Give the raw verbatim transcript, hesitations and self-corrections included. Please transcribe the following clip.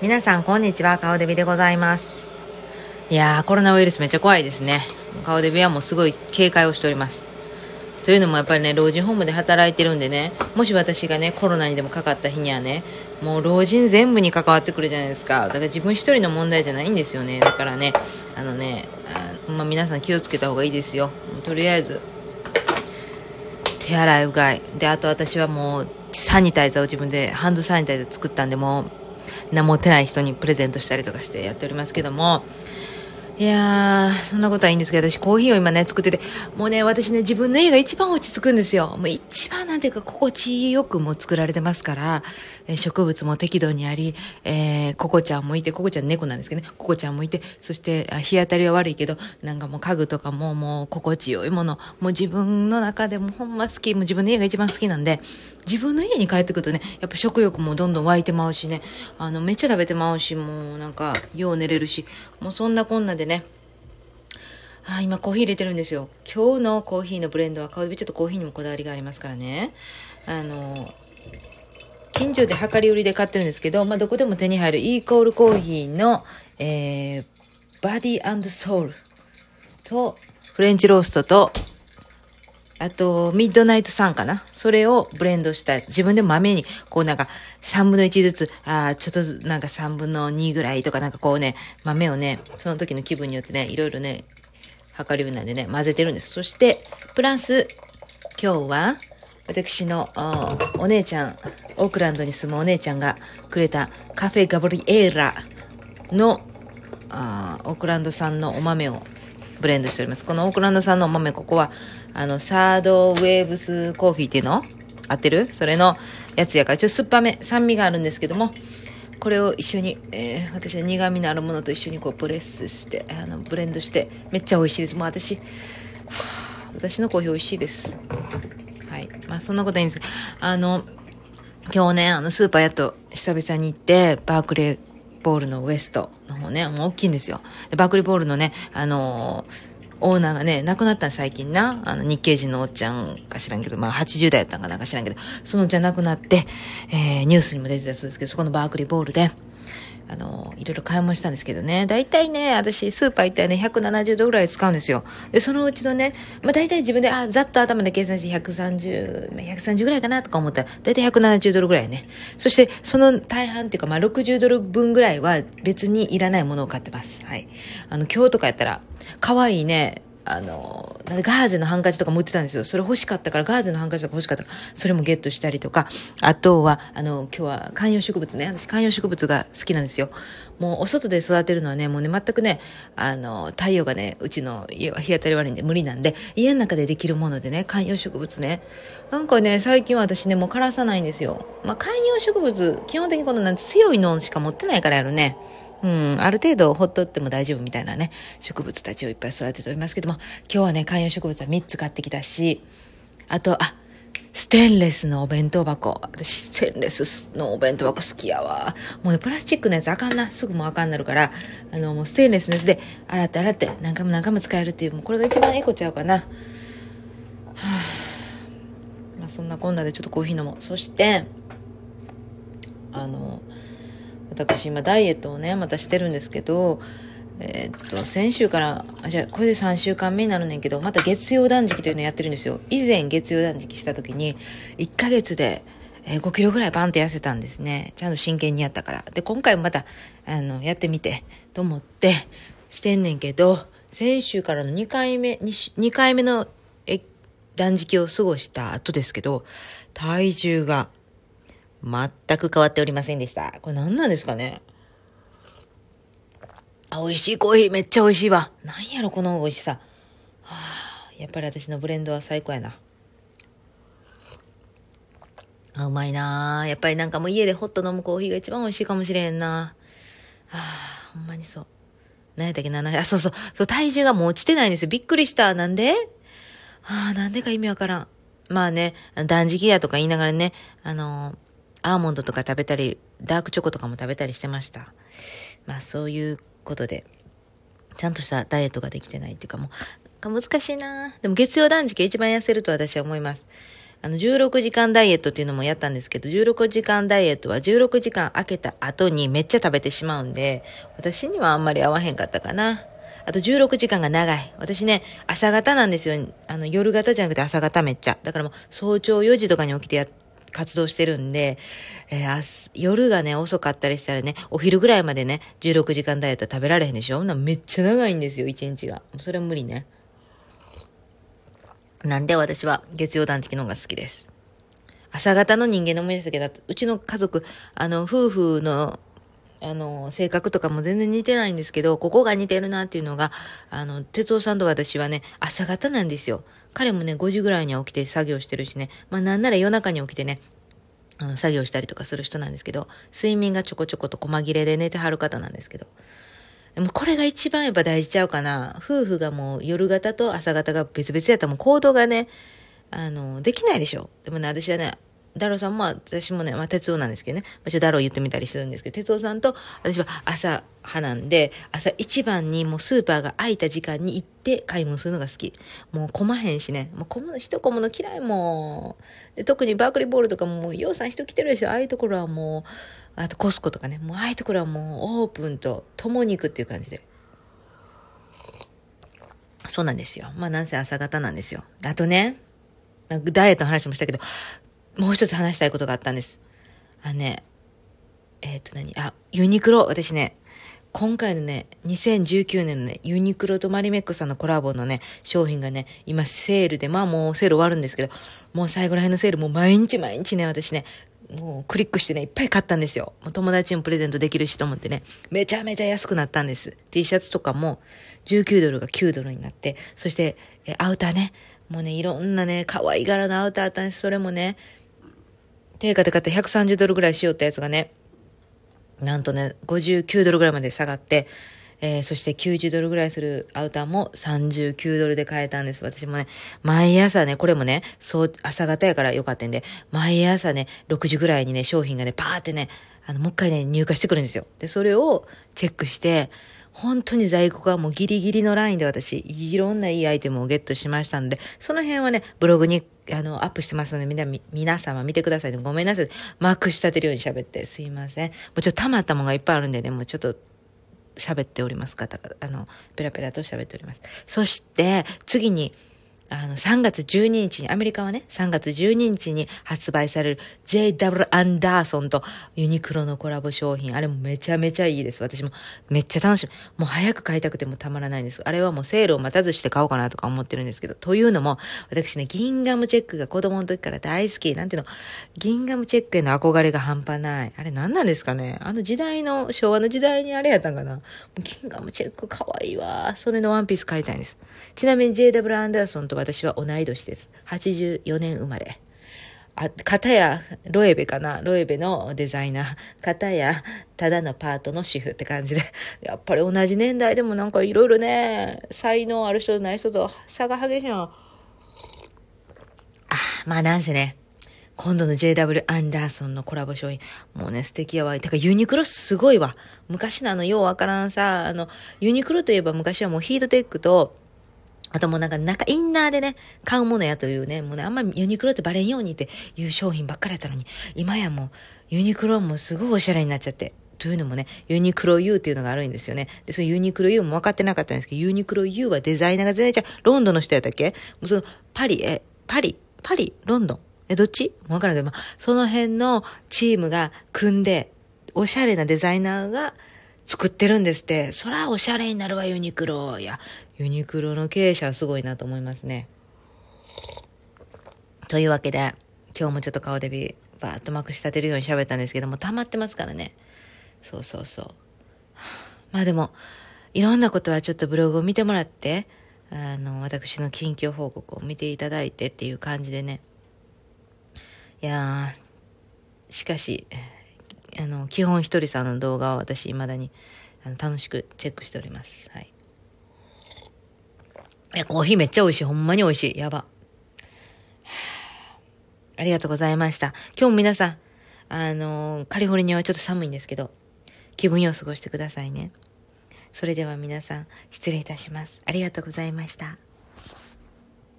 皆さんこんにちは、顔デビでございます。いやーコロナウイルスめっちゃ怖いですね。顔デビはもうすごい警戒をしております。というのもやっぱりね、老人ホームで働いてるんでね、もし私がねコロナにでもかかった日にはね、もう老人全部に関わってくるじゃないですか。だから自分一人の問題じゃないんですよね。だからね、あのねあ、まあ、皆さん気をつけた方がいいですよ。とりあえず手洗いうがいで、あと私はもうサニタイザーを自分でハンドサニタイザー作ったんで、もう名持ってない人にプレゼントしたりとかしてやっておりますけども、いやーそんなことはいいんですけど、私コーヒーを今ね作ってて、もうね私ね自分の家が一番落ち着くんですよ。もう一番なんていうか心地よくも作られてますから、えー植物も適度にあり、えー、ココちゃんもいて、ココちゃん猫なんですけどね、ココちゃんもいて、そしてあ日当たりは悪いけどなんかもう家具とかももう心地よいもの、もう自分の中でもほんま好き、もう自分の家が一番好きなんで、自分の家に帰ってくるとねやっぱ食欲もどんどん湧いてまうしね、あのめっちゃ食べてまうし、もうなんかよう寝れるし、もうそんなこんなでね、あ今コーヒー入れてるんですよ。今日のコーヒーのブレンドは顔でちょっとコーヒーにもこだわりがありますからね、あの近所で量り売りで買ってるんですけど、まあ、どこでも手に入るイーコールコーヒーの、えー、バディ&ソウルとフレンチローストと、あとミッドナイトサンかな、それをブレンドした自分で豆にこうなんかさんぶんのいちずつ、あちょっとずつなんかさんぶんのにぐらいとか、なんかこうね豆をねその時の気分によってねいろいろね量り売りなんでね混ぜてるんです。そしてプラス今日は私の お, お姉ちゃん、オークランドに住むお姉ちゃんがくれたカフェガブリエーラのあオークランド産のお豆をブレンドしております。このオークランド産のお豆、ここはあのサードウェーブスコーヒーっていうの合ってる？それのやつやからちょっと酸っぱめ、酸味があるんですけども、これを一緒に、えー、私は苦味のあるものと一緒にこうプレスしてあのブレンドしてめっちゃ美味しいです。もう私、はあ、私のコーヒー美味しいです。はい、まあそんなことはいいんです。あの今日ねあのスーパーやっと久々に行って、バークレーボールのウエストの方ね、もう大きいんですよ。でバークレーボールのねあのーオーナーがね亡くなったん最近な、あの日系人のおっちゃんか知らんけど、まあはちじゅう代やったんかなんか知らんけど、そのおっちゃん亡くなって、えー、ニュースにも出てたそうですけど、そこのバークレーボールであのいろいろ買い物したんですけどね、だいたいね私スーパー行ったらねひゃくななじゅうドルぐらい使うんですよ。でそのうちのね、まあ、だいたい自分であざっと頭で計算してひゃくさんじゅう、ひゃくさんじゅうぐらいかなとか思ったらだいたいひゃくななじゅうドルぐらいね。そしてその大半っていうか、まあ、ろくじゅうドル分ぐらいは別にいらないものを買ってます。はい、あの今日とかやったら可愛いね、あのガーゼのハンカチとかも売ってたんですよ。それ欲しかったから、ガーゼのハンカチとか欲しかったからそれもゲットしたりとか、あとはあの今日は観葉植物ね、私観葉植物が好きなんですよ。もうお外で育てるのはねもうね全くねあの太陽がねうちの家は日当たり悪いんで無理なんで、家の中でできるものでね観葉植物ね、なんかね最近は私ねもう枯らさないんですよ。まあ観葉植物基本的にこのなんて強いのしか持ってないからやるね、うん、ある程度ほっとっても大丈夫みたいなね植物たちをいっぱい育てておりますけども、今日はね観葉植物はみっつ買ってきたし、あとあステンレスのお弁当箱、私ステンレスのお弁当箱好きやわ。もうねプラスチックのやつあかんな、すぐもうあかんなるから、あのもうステンレスのやつで洗って洗って何回も何回も使えるっていう、もうこれが一番エコちゃうかな。はあ、まあそんなこんなでちょっとコーヒー飲もう。そしてあの私今ダイエットをねまたしてるんですけど、えー、っと先週からあじゃあこれでさんしゅうかんめになるねんけど、また月曜断食というのをやってるんですよ。以前月曜断食した時にいっかげつでごキロぐらいバンって痩せたんですね。ちゃんと真剣にやったから。で今回もまたあのやってみてと思ってしてんねんけど、先週からのにかいめ 2, にかいめのえ断食を過ごした後ですけど、体重が全く変わっておりませんでした。これ何なんですかね。あ、美味しいコーヒーめっちゃ美味しいわ。なんやろこの美味しさ。はあ、やっぱり私のブレンドは最高やな。あ、うまいな。やっぱりなんかもう家でホッと飲むコーヒーが一番美味しいかもしれんな。はあ、ほんまにそう。何やったっけな。あ、そうそう。そう、体重がもう落ちてないんですよ。びっくりした。なんで？はあ、なんでか意味わからん。まあね、断食やとか言いながらね、あのー、アーモンドとか食べたり、ダークチョコとかも食べたりしてました。まあそういうことで、ちゃんとしたダイエットができてないっていうか、もう、難しいな。でも月曜断食が一番痩せると私は思います。 あの、じゅうろくじかんダイエットっていうのもやったんですけど、じゅうろくじかんダイエットはじゅうろくじかん空けた後にめっちゃ食べてしまうんで、私にはあんまり合わへんかったかな。あとじゅうろくじかんが長い。私ね、朝方なんですよ。あの、夜型じゃなくて朝方めっちゃ。だからもう早朝よじとかに起きてや、活動してるんで、えー、夜がね、遅かったりしたらね、お昼ぐらいまでね、じゅうろくじかんダイエット食べられへんでしょ。なめっちゃ長いんですよ、いちにちが。それは無理ね。なんで私は月曜断食の方が好きです。朝方の人間の思い出すけど、うちの家族、あの、夫婦の、あの、性格とかも全然似てないんですけど、ここが似てるなっていうのが、あの、哲夫さんと私はね、朝方なんですよ。彼もね、ごじぐらいには起きて作業してるしね、まあなんなら夜中に起きてね、あの、作業したりとかする人なんですけど、睡眠がちょこちょこと細切れで寝てはる方なんですけど、でもこれが一番やっぱ大事ちゃうかな。夫婦がもう夜型と朝型が別々やったらもう行動がね、あの、できないでしょ。でもね、私はね、ダロさんも私もね、まあ、哲夫なんですけどね、私はダロ言ってみたりするんですけど、哲夫さんと私は朝派なんで、朝一番にもうスーパーが空いた時間に行って買い物するのが好き。もう混まへんしね、もう混むの、人混むの嫌いもん。で、特にバークリーボールとかももう、ようさん人来てるでしょ。ああいうところはもう、あとコスコとかね、もうああいうところはもうオープンと共に行くっていう感じで。そうなんですよ。まあなんせ朝方なんですよ。あとね、ダイエットの話もしたけど、もう一つ話したいことがあったんです。あのね、えっと何あ、ユニクロ。私ね、今回のね、にせんじゅうきゅうねんのね、ユニクロとマリメックさんのコラボのね、商品がね、今セールで、まあもうセール終わるんですけど、もう最後ら辺のセール、もう毎日毎日ね、私ね、もうクリックしてね、いっぱい買ったんですよ。もう友達にもプレゼントできるしと思ってね、めちゃめちゃ安くなったんです。T シャツとかもじゅうきゅうドルがきゅうドルになって、そして、えアウターね、もうね、いろんなね、可愛い柄のアウターあったんです。それもね、定価で買ってひゃくさんじゅうドルぐらいしようったやつがね、なんとね、ごじゅうきゅうドルぐらいまで下がって、えー、そしてきゅうじゅうドルぐらいするアウターもさんじゅうきゅうドルで買えたんです。私もね、毎朝ね、これもね、そう、朝方やからよかったんで、毎朝ね、ろくじぐらいにね、商品がね、パーってね、あの、もう一回ね、入荷してくるんですよ。で、それをチェックして、本当に在庫がもうギリギリのラインで私、いろんないいアイテムをゲットしましたので、その辺はね、ブログに、あの、アップしてますので、みんな、皆様見てくださいね。ごめんなさい。マーク仕立てるように喋って、すいません。もうちょっと溜まったものがいっぱいあるんでね、もうちょっと、喋っております。方々、あの、ペラペラと喋っております。そして、次に、あの、さんがつじゅうににちに、アメリカはね、さんがつじゅうににちに発売される ジェイダブリュー アンダーソンとユニクロのコラボ商品。あれもめちゃめちゃいいです。私もめっちゃ楽しみ。もう早く買いたくてもたまらないんです。あれはもうセールを待たずして買おうかなとか思ってるんですけど。というのも、私ね、ギンガムチェックが子供の時から大好き。なんていうの、ギンガムチェックへの憧れが半端ない。あれ何なんですかね。あの時代の、昭和の時代にあれやったんかな。ギンガムチェックかわいいわ。それのワンピース買いたいんです。ちなみに ジェイダブリュー アンダーソンと私は同い年です。はちじゅうよねん生まれ。あ、片やロエベかな。ロエベのデザイナー。片やただのパートの主婦って感じで。やっぱり同じ年代でもなんかいろいろね、才能ある人ない人と差が激しいの。あ、まあなんせね。今度の ジェイダブリュー アンダーソンのコラボ商品。もうね、素敵やわ。てかユニクロすごいわ。昔のあの、ようわからんさ、あの、ユニクロといえば昔はもうヒートテックと、あともうなんか中インナーでね、買うものやというね、もうね、あんまりユニクロってバレんようにっていう商品ばっかりやったのに、今やもうユニクロもすごいおしゃれになっちゃって。というのもね、ユニクロ U っていうのがあるんですよね。で、そのユニクロ U も分かってなかったんですけど、ユニクロ U はデザイナーが全然違う。ロンドンの人やったっけ？もうその、パリ、え、パリ、パリ、ロンドン。え、どっち？もう分からんけど、まあ、その辺のチームが組んで、おしゃれなデザイナーが作ってるんですって。そらおしゃれになるわ、ユニクロ。いや、ユニクロの経営者はすごいなと思いますね。というわけで、今日もちょっと顔デビバーッとまくし立てるように喋ったんですけども、溜まってますからね。そうそうそう。まあでも、いろんなことはちょっとブログを見てもらって、あの、私の近況報告を見ていただいてっていう感じでね。いやー、しかし、あの、基本ひとりさんの動画は私未だにあの楽しくチェックしております。はい。いや、コーヒーめっちゃ美味しい。ほんまに美味しい。やば。ありがとうございました。今日も皆さん、あのー、カリフォルニアはちょっと寒いんですけど、気分よく過ごしてくださいね。それでは皆さん、失礼いたします。ありがとうございました。